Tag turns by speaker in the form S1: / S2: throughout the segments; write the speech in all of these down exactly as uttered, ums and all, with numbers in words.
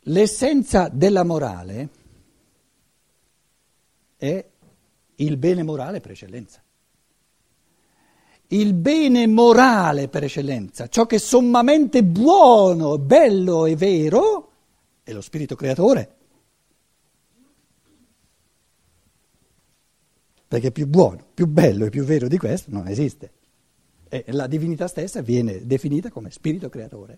S1: L'essenza della morale è il bene morale per eccellenza. Il bene morale per eccellenza, ciò che è sommamente buono, bello e vero, è lo spirito creatore. Perché più buono, più bello e più vero di questo non esiste. E la divinità stessa viene definita come spirito creatore.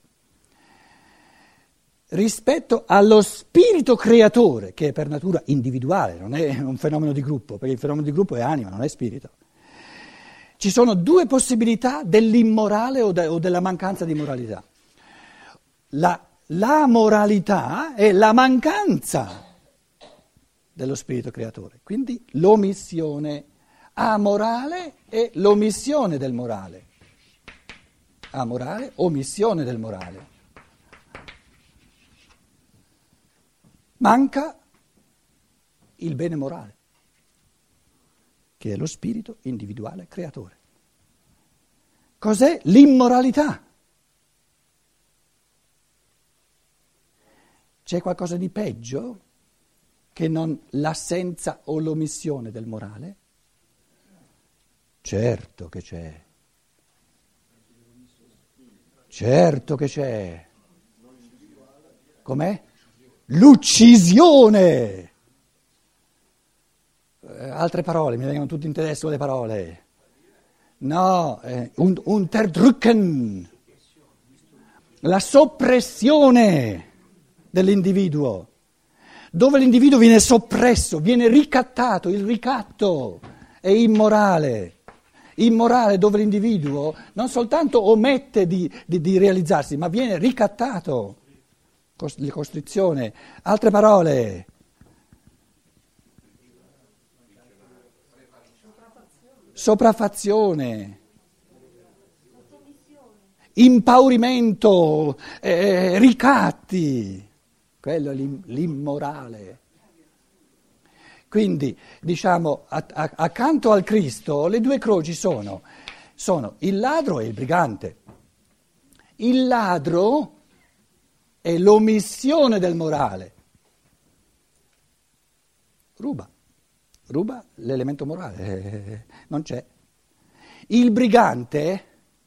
S1: Rispetto allo spirito creatore, che è per natura individuale, non è un fenomeno di gruppo, perché il fenomeno di gruppo è anima, non è spirito. Ci sono due possibilità dell'immorale o, de, o della mancanza di moralità. La, la moralità è la mancanza dello spirito creatore, quindi l'omissione amorale è l'omissione del morale. Amorale, omissione del morale. Manca il bene morale, che è lo spirito individuale creatore. Cos'è l'immoralità? C'è qualcosa di peggio che non l'assenza o l'omissione del morale? Certo che c'è. Certo che c'è. Com'è? L'uccisione. Eh, altre parole, mi vengono tutte in tedesco le parole. No, eh, un, unterdrücken, la soppressione dell'individuo, dove l'individuo viene soppresso, viene ricattato, il ricatto è immorale. Immorale dove l'individuo non soltanto omette di, di, di realizzarsi, ma viene ricattato. La costrizione, altre parole. Sopraffazione, impaurimento, eh, ricatti, quello è l'immorale. Quindi, diciamo, a, a, accanto al Cristo le due croci sono, sono il ladro e il brigante. Il ladro è l'omissione del morale. Ruba, ruba l'elemento morale, eh, non c'è. Il brigante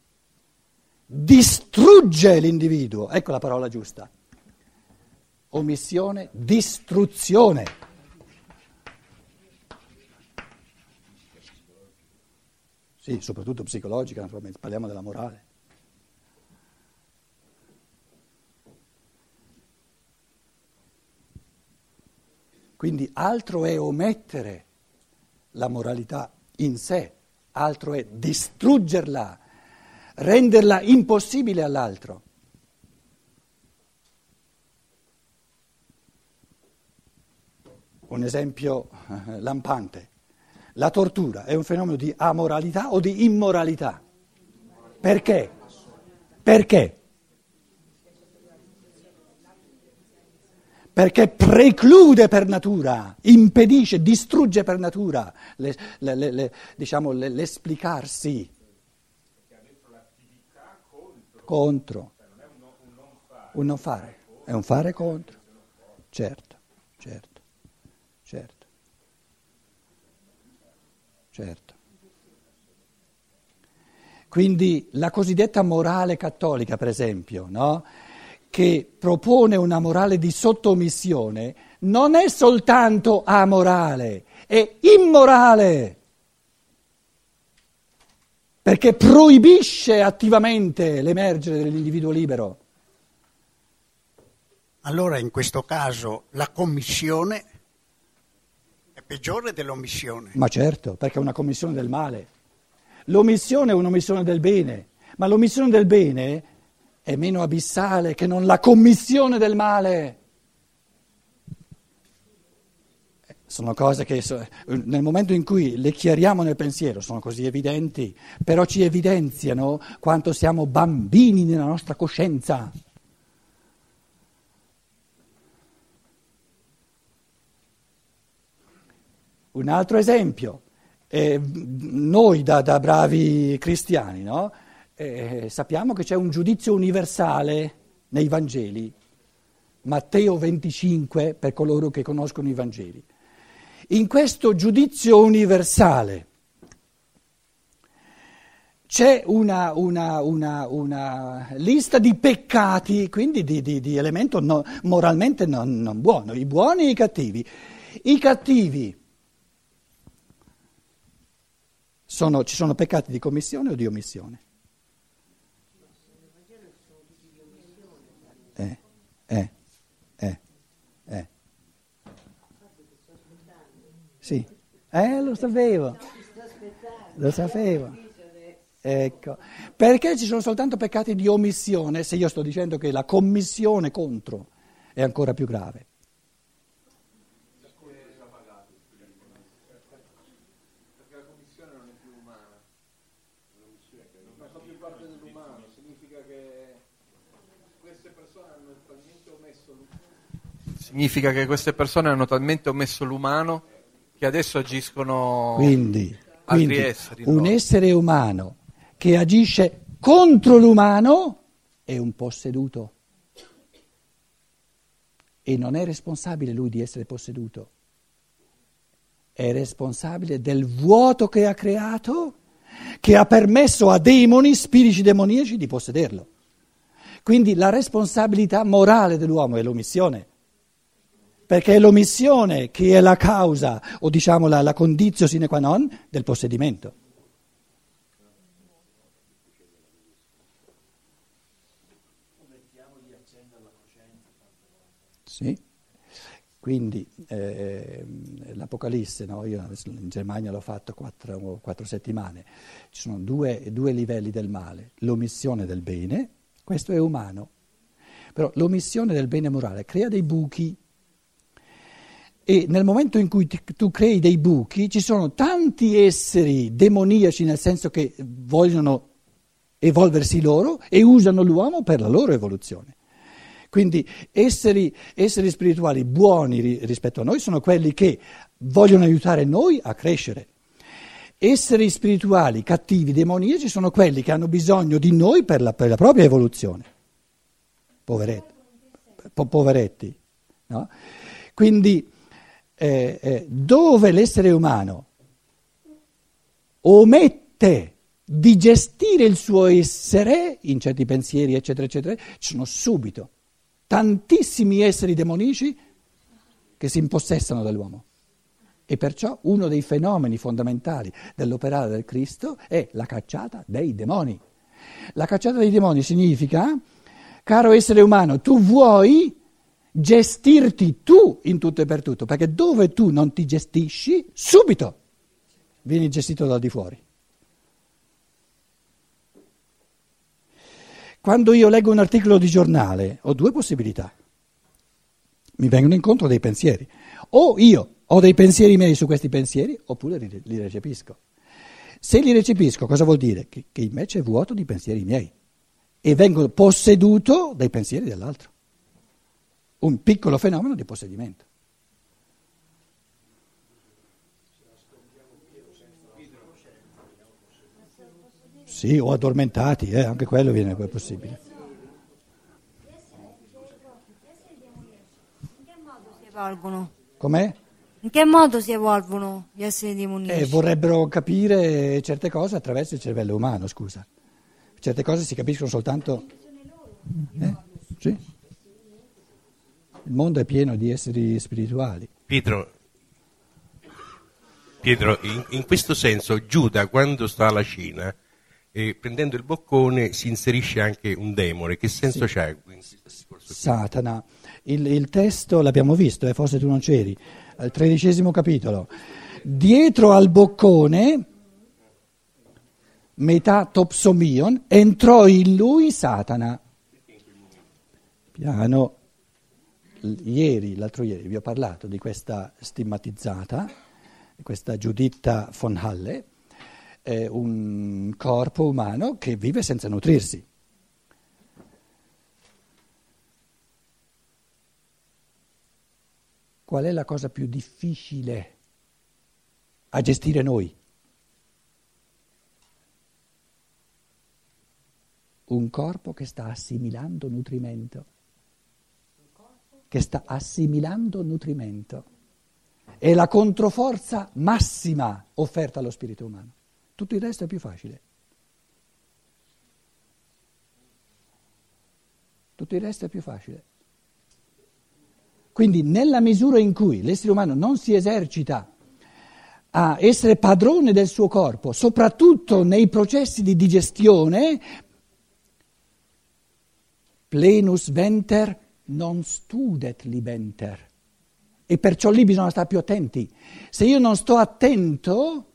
S1: distrugge l'individuo, ecco la parola giusta. Omissione, distruzione. Sì, soprattutto psicologica, naturalmente, parliamo della morale. Quindi altro è omettere la moralità in sé, altro è distruggerla, renderla impossibile all'altro. Un esempio eh, lampante. La tortura è un fenomeno di amoralità o di immoralità? Perché? Perché? Perché preclude per natura, impedisce, distrugge per natura le, le, le, le, diciamo, le, l'esplicarsi.
S2: Perché ha detto l'attività contro.
S1: Contro.
S2: Cioè non è un, no, un non fare.
S1: Un non fare, è un fare contro. Certo, certo, certo, certo. Quindi la cosiddetta morale cattolica, per esempio, no? Che propone una morale di sottomissione, non è soltanto amorale, è immorale, perché proibisce attivamente l'emergere dell'individuo libero.
S3: Allora in questo caso la commissione è peggiore dell'omissione.
S1: Ma certo, perché è una commissione del male. L'omissione è un'omissione del bene, ma l'omissione del bene è meno abissale che non la commissione del male. Sono cose che nel momento in cui le chiariamo nel pensiero sono così evidenti, però ci evidenziano quanto siamo bambini nella nostra coscienza. Un altro esempio, eh, noi da, da bravi cristiani, no? Eh, sappiamo che c'è un giudizio universale nei Vangeli, Matteo venticinque, per coloro che conoscono i Vangeli. In questo giudizio universale c'è una, una, una, una lista di peccati, quindi di, di, di elemento no, moralmente non, non buono, i buoni e i cattivi. I cattivi sono, ci sono peccati di commissione o di omissione? Eh, eh, eh, eh. Sì, eh, lo sapevo, lo sapevo. Ecco, perché ci sono soltanto peccati di omissione se io sto dicendo che la commissione contro è ancora più grave?
S2: Perché la commissione non è più umana, non fa più parte dell'umano, significa che queste persone hanno talmente omesso l'umano. Significa che queste persone hanno talmente omesso l'umano che adesso agiscono
S1: Quindi,
S2: altri
S1: quindi
S2: esseri.
S1: un
S2: loro.
S1: essere umano che agisce contro l'umano è un posseduto e non è responsabile lui di essere posseduto, è responsabile del vuoto che ha creato, che ha permesso a demoni, spiriti demoniaci di possederlo. Quindi la responsabilità morale dell'uomo è l'omissione, perché è l'omissione che è la causa o diciamo la, la condizio sine qua non del possedimento. Sì, quindi eh, l'Apocalisse, no? Io adesso in Germania l'ho fatto quattro, quattro settimane, ci sono due, due livelli del male, l'omissione del bene, questo è umano, però l'omissione del bene morale crea dei buchi e nel momento in cui ti, tu crei dei buchi ci sono tanti esseri demoniaci nel senso che vogliono evolversi loro e usano l'uomo per la loro evoluzione. Quindi esseri, esseri spirituali buoni rispetto a noi sono quelli che vogliono aiutare noi a crescere. Esseri spirituali cattivi, demoniaci, sono quelli che hanno bisogno di noi per la, per la propria evoluzione. Poveretti. Po- poveretti no? Quindi eh, eh, dove l'essere umano omette di gestire il suo essere, in certi pensieri, eccetera, eccetera, ci sono subito tantissimi esseri demonici che si impossessano dell'uomo. E perciò uno dei fenomeni fondamentali dell'operare del Cristo è la cacciata dei demoni. La cacciata dei demoni significa, caro essere umano, tu vuoi gestirti tu in tutto e per tutto, perché dove tu non ti gestisci, subito vieni gestito da di fuori. Quando io leggo un articolo di giornale ho due possibilità, mi vengono incontro dei pensieri, o io ho dei pensieri miei su questi pensieri oppure li, li recepisco. Se li recepisco cosa vuol dire? Che, che invece è vuoto di pensieri miei e vengo posseduto dai pensieri dell'altro, un piccolo fenomeno di possedimento. Sì, o addormentati, eh, anche quello viene poi possibile.
S4: In che modo si evolvono?
S1: Com'è?
S4: In che modo si evolvono gli esseri demoniaci?
S1: Eh, vorrebbero capire certe cose attraverso il cervello umano, scusa. Certe cose si capiscono soltanto... Eh? Sì. Il mondo è pieno di esseri spirituali.
S5: Pietro, Pietro in, in questo senso Giuda quando sta alla cena, eh, prendendo il boccone si inserisce anche un demone. Che senso
S1: Sì.
S5: c'è in questo discorso qui?
S1: Satana. Il, il testo l'abbiamo visto, eh, forse tu non c'eri, al tredicesimo capitolo. Dietro al boccone, metà topsomion, entrò in lui Satana. Piano. Ieri, l'altro ieri, vi ho parlato di questa stigmatizzata, questa Giuditta von Halle, eh, un corpo umano che vive senza nutrirsi. Qual è la cosa più difficile a gestire noi? Un corpo che sta assimilando nutrimento. che sta assimilando nutrimento. È la controforza massima offerta allo spirito umano. Tutto il resto è più facile. Tutto il resto è più facile. Quindi nella misura in cui l'essere umano non si esercita a essere padrone del suo corpo, soprattutto nei processi di digestione, plenus venter non studet libenter. E perciò lì bisogna stare più attenti. Se io non sto attento,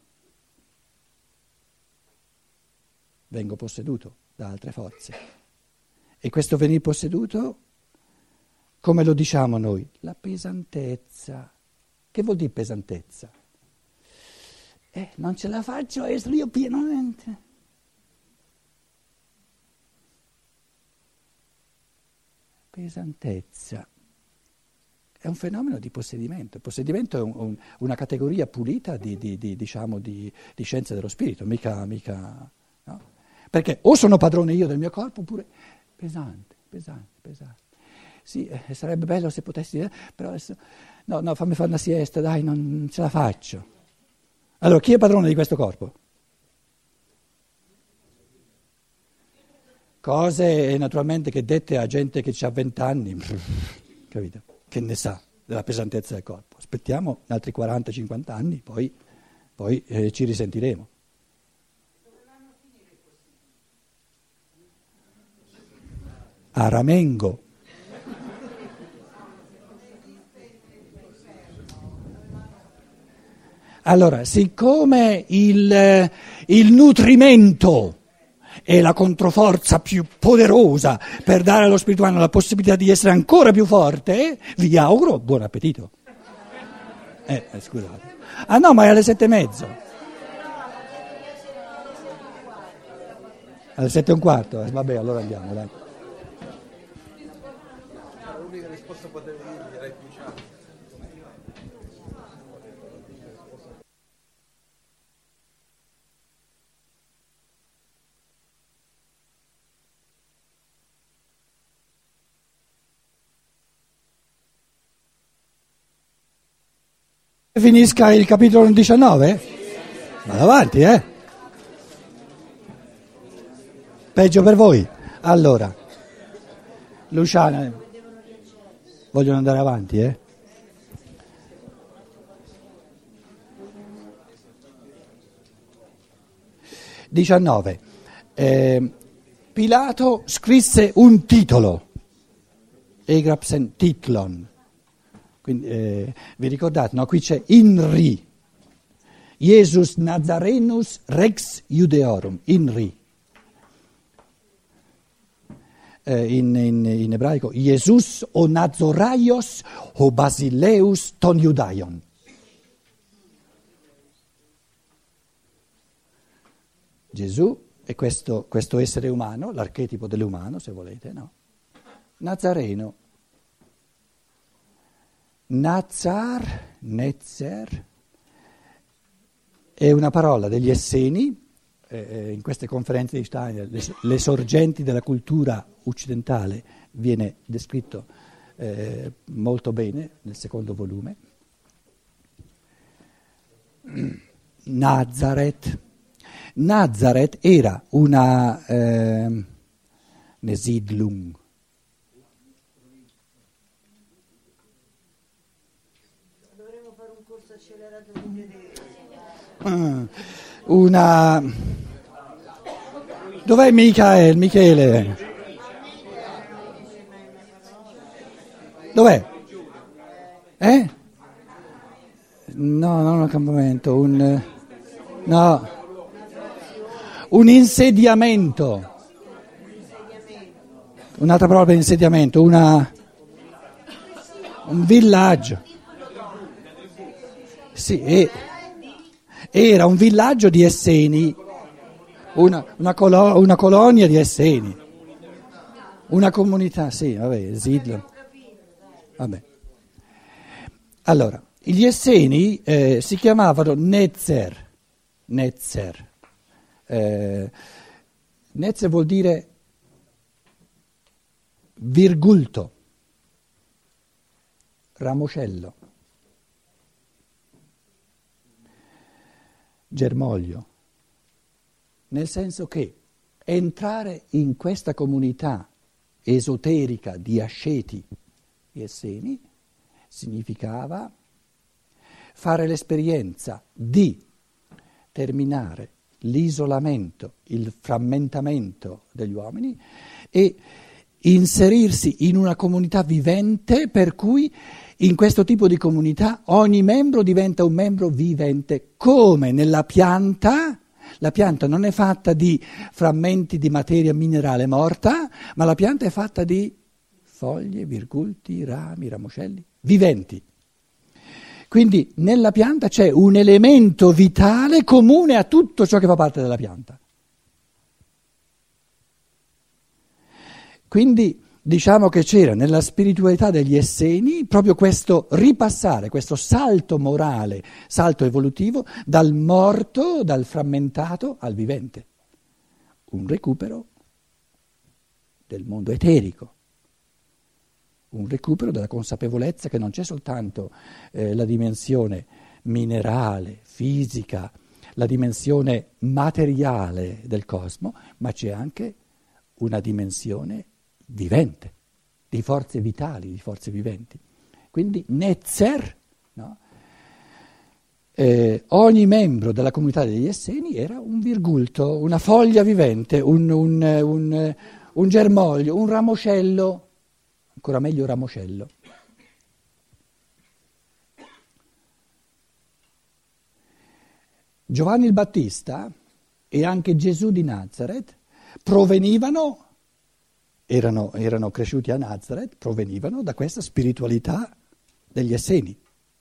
S1: vengo posseduto da altre forze. E questo venir posseduto, come lo diciamo noi? La pesantezza. Che vuol dire pesantezza? Eh, non ce la faccio a essere io pienamente. Pesantezza. È un fenomeno di possedimento. Il possedimento è un, un, una categoria pulita di, di, di, diciamo, di, di scienza dello spirito, mica, mica no? Perché o sono padrone io del mio corpo, oppure pesante, pesante, pesante. Sì, eh, sarebbe bello se potessi, eh, però adesso, no, no, fammi fare una siesta, dai, non ce la faccio. Allora, chi è padrone di questo corpo? Cose naturalmente che dette a gente che ha vent'anni, capito? Che ne sa della pesantezza del corpo. Aspettiamo altri quaranta cinquanta anni, poi, poi eh, ci risentiremo. A Ramengo. Allora, siccome il, il nutrimento è la controforza più poderosa per dare allo spirito umano la possibilità di essere ancora più forte, vi auguro buon appetito. Eh, eh, scusate. Ah no, ma è alle sette e mezzo. Alle sette e un quarto, eh, vabbè, allora andiamo, dai.
S2: L'unica risposta potevo dirgli era ufficiale.
S1: Finisca il capitolo diciannove? Vado avanti, eh? Peggio per voi. Allora, Luciana, vogliono andare avanti, eh? diciannove. Eh, Pilato scrisse un titolo, Egrapsen titlon. Quindi, eh, vi ricordate, no? Qui c'è Inri, Jesus Nazarenus Rex Judeorum, Inri. Eh, in, in, in ebraico, Jesus o Nazoraios o Basileus ton Judaion. Gesù è questo, questo essere umano, l'archetipo dell'umano, se volete, no? Nazareno. Nazar, Netzer, è una parola degli Esseni, eh, in queste conferenze di Steiner, le, le sorgenti della cultura occidentale viene descritto eh, molto bene nel secondo volume. Nazareth. Nazareth era una eh, Nesidlung. Una dov'è Michael? Michele? Dov'è? Eh? No, non un accampamento, un no, un insediamento. Un'altra parola per insediamento, una un villaggio. Sì, e era un villaggio di Esseni, una, una, colo- una colonia di Esseni, una comunità, sì, vabbè, Sidlo. Vabbè. Allora, gli Esseni eh, si chiamavano Netzer, Netzer. Eh, Netzer vuol dire virgulto. ramoscello, germoglio, nel senso che entrare in questa comunità esoterica di asceti e esseni significava fare l'esperienza di terminare l'isolamento, il frammentamento degli uomini e inserirsi in una comunità vivente, per cui in questo tipo di comunità ogni membro diventa un membro vivente, come nella pianta. La pianta non è fatta di frammenti di materia minerale morta, ma la pianta è fatta di foglie, virgulti, rami, ramoscelli, viventi. Quindi nella pianta c'è un elemento vitale comune a tutto ciò che fa parte della pianta. Quindi diciamo che c'era nella spiritualità degli Esseni proprio questo ripassare, questo salto morale, salto evolutivo dal morto, dal frammentato al vivente. Un recupero del mondo eterico. Un recupero della consapevolezza che non c'è soltanto eh, la dimensione minerale, fisica, la dimensione materiale del cosmo, ma c'è anche una dimensione vivente, di forze vitali, di forze viventi. Quindi Netzer, no? eh, ogni membro della comunità degli Esseni era un virgulto, una foglia vivente, un, un, un, un germoglio, un ramoscello. Ancora meglio ramoscello. Giovanni il Battista e anche Gesù di Nazareth provenivano, erano, erano cresciuti a Nazareth, provenivano da questa spiritualità degli Esseni.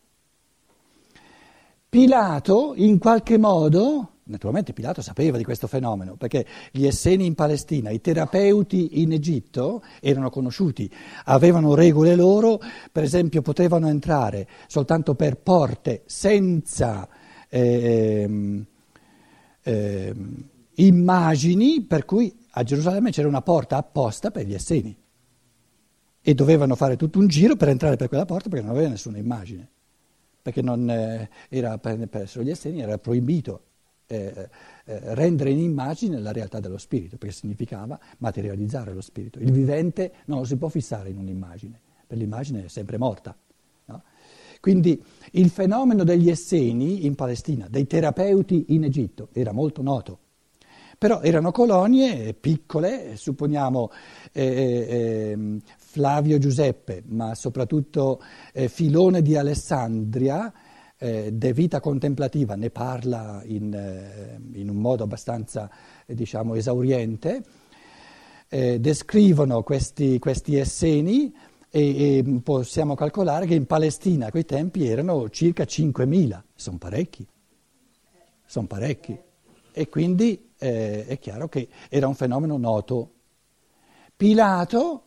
S1: Pilato, in qualche modo, naturalmente Pilato sapeva di questo fenomeno, perché gli Esseni in Palestina, i terapeuti in Egitto erano conosciuti, avevano regole loro, per esempio potevano entrare soltanto per porte senza eh, eh, immagini, per cui a Gerusalemme c'era una porta apposta per gli Esseni e dovevano fare tutto un giro per entrare per quella porta perché non aveva nessuna immagine, perché non eh, era per, per gli Esseni era proibito Eh, eh, rendere in immagine la realtà dello spirito, perché significava materializzare lo spirito. Il vivente non lo si può fissare in un'immagine, per l'immagine è sempre morta. No? Quindi il fenomeno degli Esseni in Palestina, dei terapeuti in Egitto, era molto noto. Però erano colonie piccole, supponiamo eh, eh, Flavio Giuseppe, ma soprattutto eh, Filone di Alessandria, Eh, De Vita Contemplativa ne parla in, eh, in un modo abbastanza eh, diciamo esauriente, eh, descrivono questi, questi Esseni e, e possiamo calcolare che in Palestina a quei tempi erano circa cinquemila, sono parecchi, sono parecchi e quindi eh, è chiaro che era un fenomeno noto. Pilato,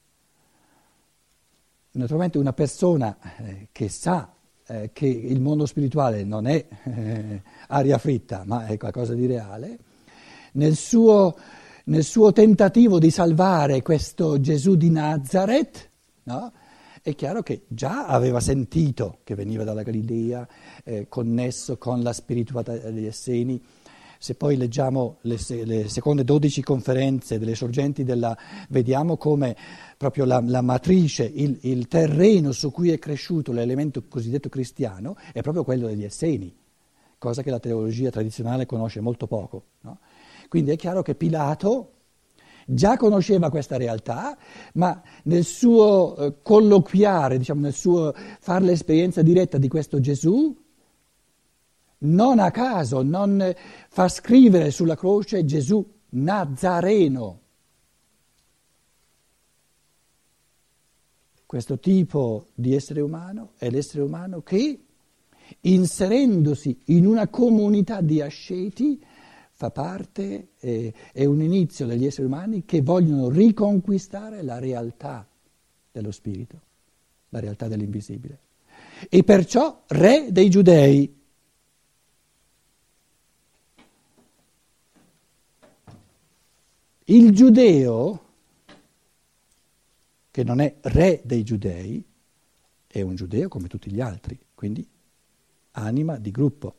S1: naturalmente una persona eh, che sa Eh, che il mondo spirituale non è eh, aria fritta, ma è qualcosa di reale, nel suo, nel suo tentativo di salvare questo Gesù di Nazareth, no? È chiaro che già aveva sentito che veniva dalla Galilea, eh, connesso con la spiritualità degli Esseni. Se poi leggiamo le, le seconde dodici conferenze delle sorgenti della, vediamo come proprio la, la matrice, il, il terreno su cui è cresciuto l'elemento cosiddetto cristiano è proprio quello degli Esseni, cosa che la teologia tradizionale conosce molto poco. No? Quindi è chiaro che Pilato già conosceva questa realtà, ma nel suo eh, colloquiare, diciamo, nel suo fare l'esperienza diretta di questo Gesù, non a caso non fa scrivere sulla croce Gesù Nazareno. Questo tipo di essere umano è l'essere umano che, inserendosi in una comunità di asceti, fa parte, eh, è un inizio degli esseri umani che vogliono riconquistare la realtà dello spirito, la realtà dell'invisibile. E perciò re dei giudei. Il giudeo, che non è re dei giudei, è un giudeo come tutti gli altri, quindi anima di gruppo.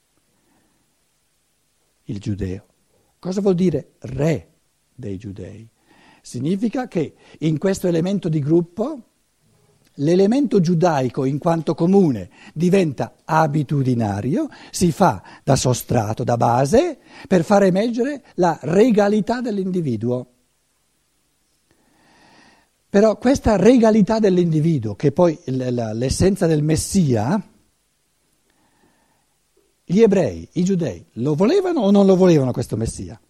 S1: Il giudeo. Cosa vuol dire re dei giudei? Significa che in questo elemento di gruppo l'elemento giudaico in quanto comune diventa abitudinario, si fa da sostrato, da base, per far emergere la regalità dell'individuo. Però questa regalità dell'individuo, che poi è l'essenza del Messia, gli ebrei, i giudei, lo volevano o non lo volevano questo Messia?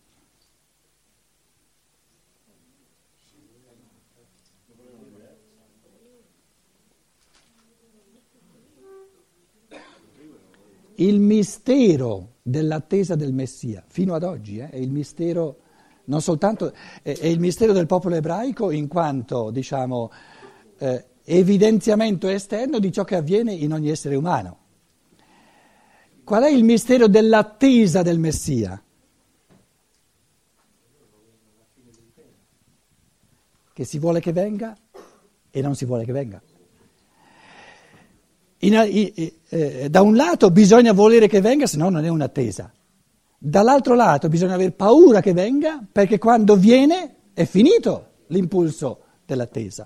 S1: Il mistero dell'attesa del Messia, fino ad oggi, eh, è il mistero, non soltanto, è, è il mistero del popolo ebraico in quanto, diciamo, eh, evidenziamento esterno di ciò che avviene in ogni essere umano. Qual è il mistero dell'attesa del Messia? Che si vuole che venga e non si vuole che venga. In, in, eh, da un lato bisogna volere che venga, se no non è un'attesa. Dall'altro lato bisogna aver paura che venga, perché quando viene è finito l'impulso dell'attesa.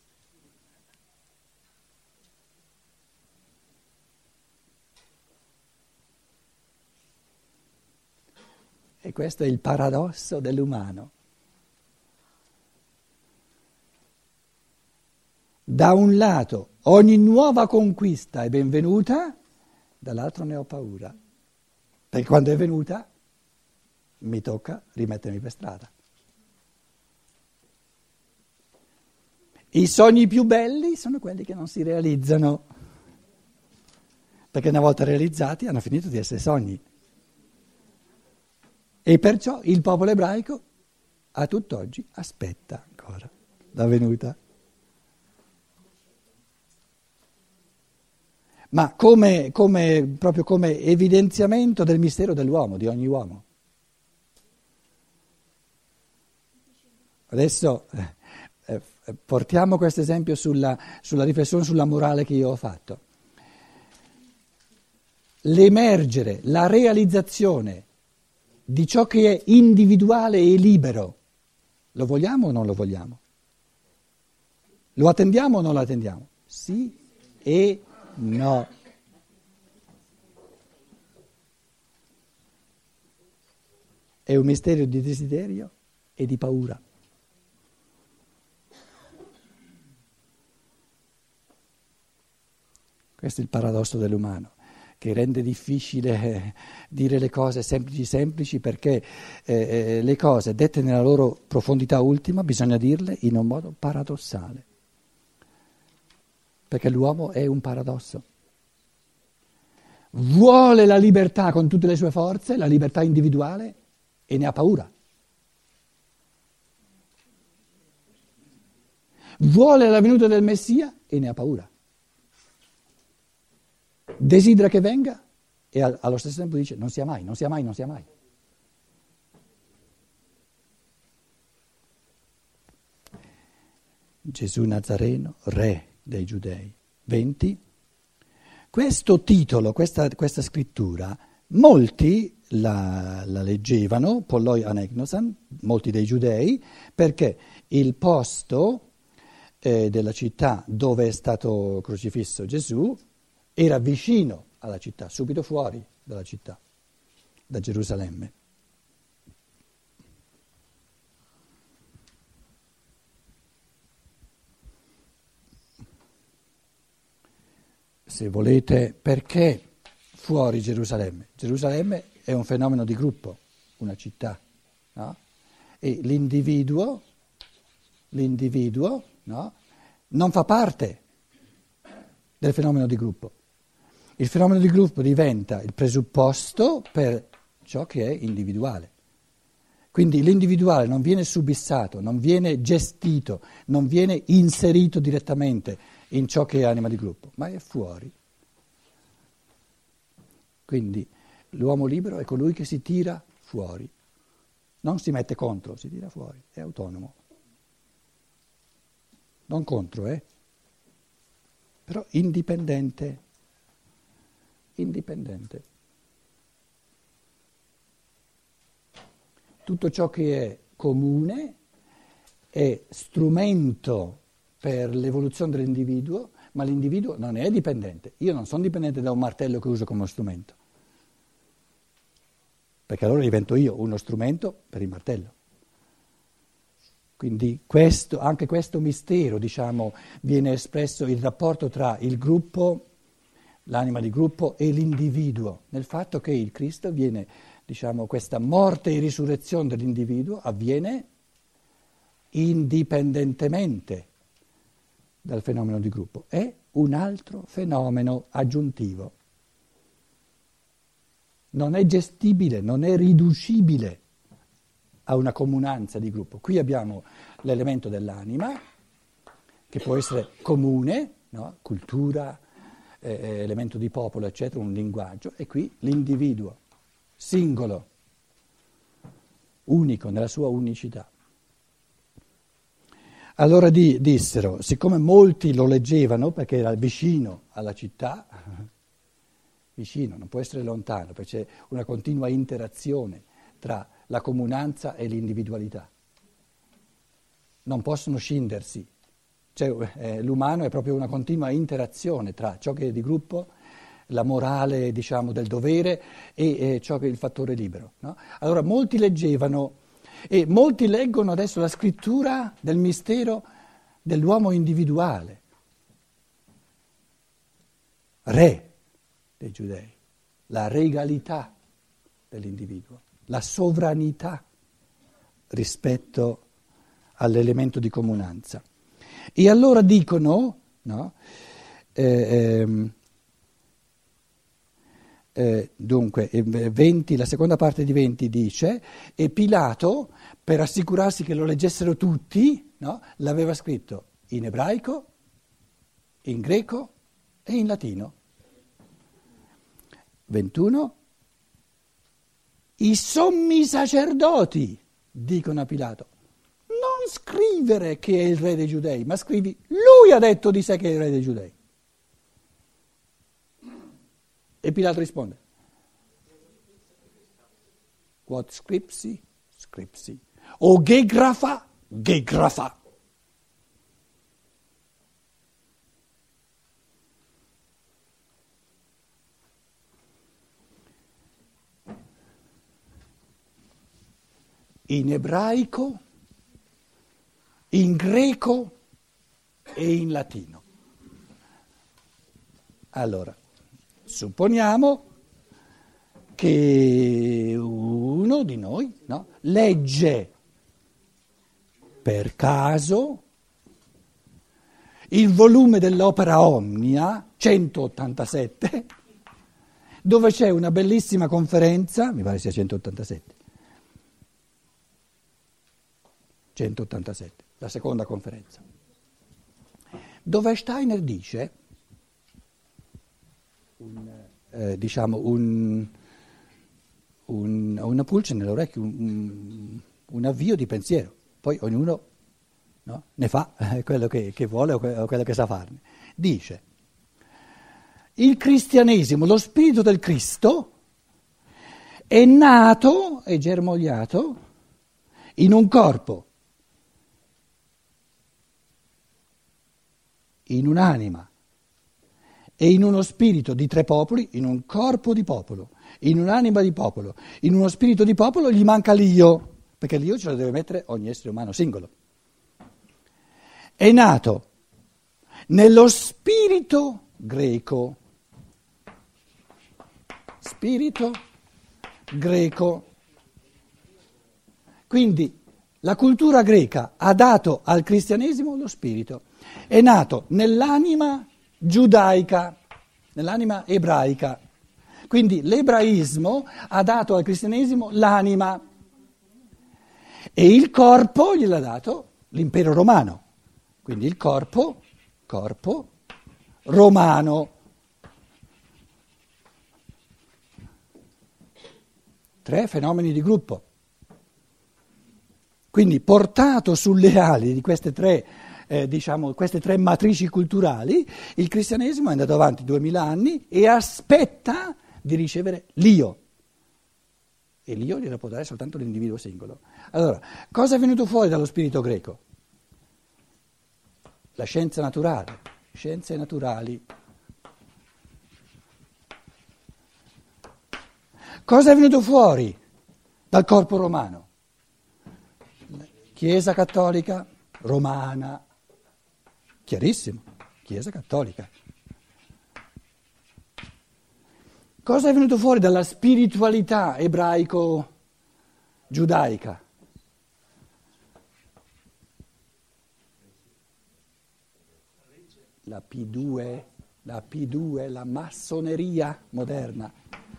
S1: E questo è il paradosso dell'umano. Da un lato ogni nuova conquista è benvenuta, dall'altro ne ho paura, perché quando è venuta mi tocca rimettermi per strada. I sogni più belli sono quelli che non si realizzano, perché una volta realizzati hanno finito di essere sogni. E perciò il popolo ebraico a tutt'oggi aspetta ancora la venuta. Ma come, come, proprio come evidenziamento del mistero dell'uomo, di ogni uomo. Adesso eh, eh, portiamo questo esempio sulla, sulla riflessione sulla morale che io ho fatto. L'emergere, la realizzazione di ciò che è individuale e libero, lo vogliamo o non lo vogliamo? Lo attendiamo o non lo attendiamo? Sì e no. È un mistero di desiderio e di paura. Questo è il paradosso dell'umano, che rende difficile dire le cose semplici semplici perché eh, le cose dette nella loro profondità ultima bisogna dirle in un modo paradossale. Perché l'uomo è un paradosso. Vuole la libertà con tutte le sue forze, la libertà individuale, e ne ha paura. Vuole la venuta del Messia e ne ha paura. Desidera che venga e allo stesso tempo dice non sia mai, non sia mai, non sia mai. Gesù Nazareno, re dei Giudei. venti. Questo titolo, questa, questa scrittura, molti la, la leggevano, polloi anegnosan, molti dei giudei, perché il posto eh, della città dove è stato crocifisso Gesù era vicino alla città, subito fuori dalla città, da Gerusalemme. Se volete, perché fuori Gerusalemme? Gerusalemme è un fenomeno di gruppo, una città, no? E l'individuo, l'individuo, no? Non fa parte del fenomeno di gruppo. Il fenomeno di gruppo diventa il presupposto per ciò che è individuale. Quindi l'individuale non viene subissato, non viene gestito, non viene inserito direttamente in ciò che è anima di gruppo, ma è fuori. Quindi l'uomo libero è colui che si tira fuori, non si mette contro, si tira fuori, è autonomo. Non contro, eh? però indipendente, indipendente. Tutto ciò che è comune è strumento per l'evoluzione dell'individuo, ma l'individuo non è dipendente. Io non sono dipendente da un martello che uso come strumento, perché allora divento io uno strumento per il martello. Quindi questo, anche questo mistero, diciamo, viene espresso il rapporto tra il gruppo, l'anima di gruppo e l'individuo, nel fatto che il Cristo viene, diciamo, questa morte e risurrezione dell'individuo avviene indipendentemente dal fenomeno di gruppo. È un altro fenomeno aggiuntivo. Non è gestibile, non è riducibile a una comunanza di gruppo. Qui abbiamo l'elemento dell'anima, che può essere comune, no? Cultura, eh, elemento di popolo, eccetera, un linguaggio, e qui l'individuo, singolo, unico, nella sua unicità. Allora di, dissero, siccome molti lo leggevano, perché era vicino alla città, vicino, non può essere lontano, perché c'è una continua interazione tra la comunanza e l'individualità. Non possono scindersi. Cioè, eh, l'umano è proprio una continua interazione tra ciò che è di gruppo, la morale, diciamo, del dovere e eh, ciò che è il fattore libero, no? Allora molti leggevano e molti leggono adesso la scrittura del mistero dell'uomo individuale, re dei giudei, la regalità dell'individuo, la sovranità rispetto all'elemento di comunanza. E allora dicono, no? Eh, ehm, eh, dunque, venti, la seconda parte di venti dice, e Pilato, per assicurarsi che lo leggessero tutti, no? L'aveva scritto in ebraico, in greco e in latino. ventuno. I sommi sacerdoti dicono a Pilato, non scrivere che è il re dei giudei, ma scrivi, lui ha detto di sé che è il re dei giudei. E Pilato risponde, quod scripsi, scripsi, o gegrafa, gegrafa. In ebraico, in greco e in latino. Allora, supponiamo che uno di noi, no, legge per caso il volume dell'opera Omnia, centottantasette, dove c'è una bellissima conferenza, mi pare sia centottantasette, centottantasette, la seconda conferenza, dove Steiner dice, un, eh, diciamo, un, un, una pulce nell'orecchio, un, un, un avvio di pensiero, poi ognuno, no, ne fa quello che, che vuole o quello che sa farne. Dice, il cristianesimo, lo spirito del Cristo, è nato, è germogliato in un corpo, in un'anima e in uno spirito di tre popoli, in un corpo di popolo, in un'anima di popolo, in uno spirito di popolo gli manca l'io, perché l'io ce lo deve mettere ogni essere umano singolo. È nato nello spirito greco, spirito greco. Quindi la cultura greca ha dato al cristianesimo lo spirito. È nato nell'anima giudaica, nell'anima ebraica. Quindi l'ebraismo ha dato al cristianesimo l'anima e il corpo gliel'ha dato l'impero romano. Quindi il corpo, corpo romano. Tre fenomeni di gruppo. Quindi portato sulle ali di queste tre eh, diciamo, queste tre matrici culturali, il cristianesimo è andato avanti duemila anni e aspetta di ricevere l'io. E l'io glielo può dare soltanto l'individuo singolo. Allora, cosa è venuto fuori dallo spirito greco? La scienza naturale, scienze naturali. Cosa è venuto fuori dal corpo romano? Chiesa cattolica romana, chiarissimo, Chiesa cattolica. Cosa è venuto fuori dalla spiritualità ebraico-giudaica? La P due, la P due, la massoneria moderna.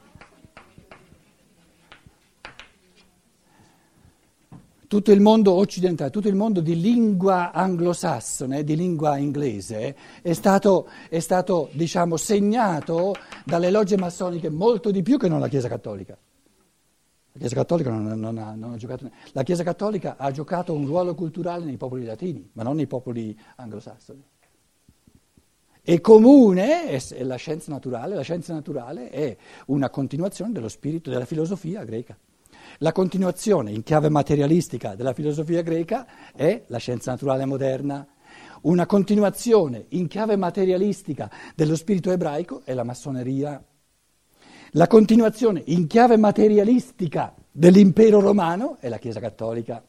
S1: Tutto il mondo occidentale, tutto il mondo di lingua anglosassone, di lingua inglese, è stato, è stato diciamo, segnato dalle logge massoniche molto di più che non la Chiesa cattolica. La Chiesa cattolica non, non, ha, non ha giocato. La Chiesa cattolica ha giocato un ruolo culturale nei popoli latini, ma non nei popoli anglosassoni. E comune è la scienza naturale, la scienza naturale è una continuazione dello spirito della filosofia greca. La continuazione in chiave materialistica della filosofia greca è la scienza naturale moderna. Una continuazione in chiave materialistica dello spirito ebraico è la massoneria. La continuazione in chiave materialistica dell'impero romano è la Chiesa cattolica.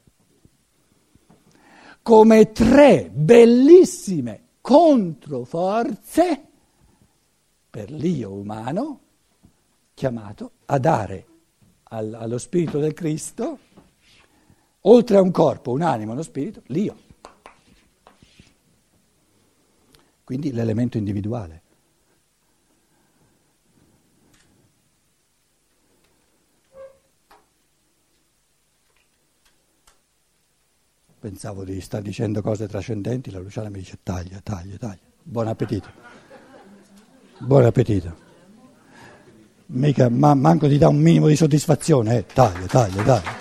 S1: Come tre bellissime controforze per l'io umano chiamato a dare allo spirito del Cristo, oltre a un corpo, un'anima, uno spirito, l'io. Quindi l'elemento individuale. Pensavo di star dicendo cose trascendenti, la Luciana mi dice taglia, taglia, taglia. Buon appetito. Buon appetito. Mica, ma manco ti dà un minimo di soddisfazione, eh. Taglia, taglia, taglia.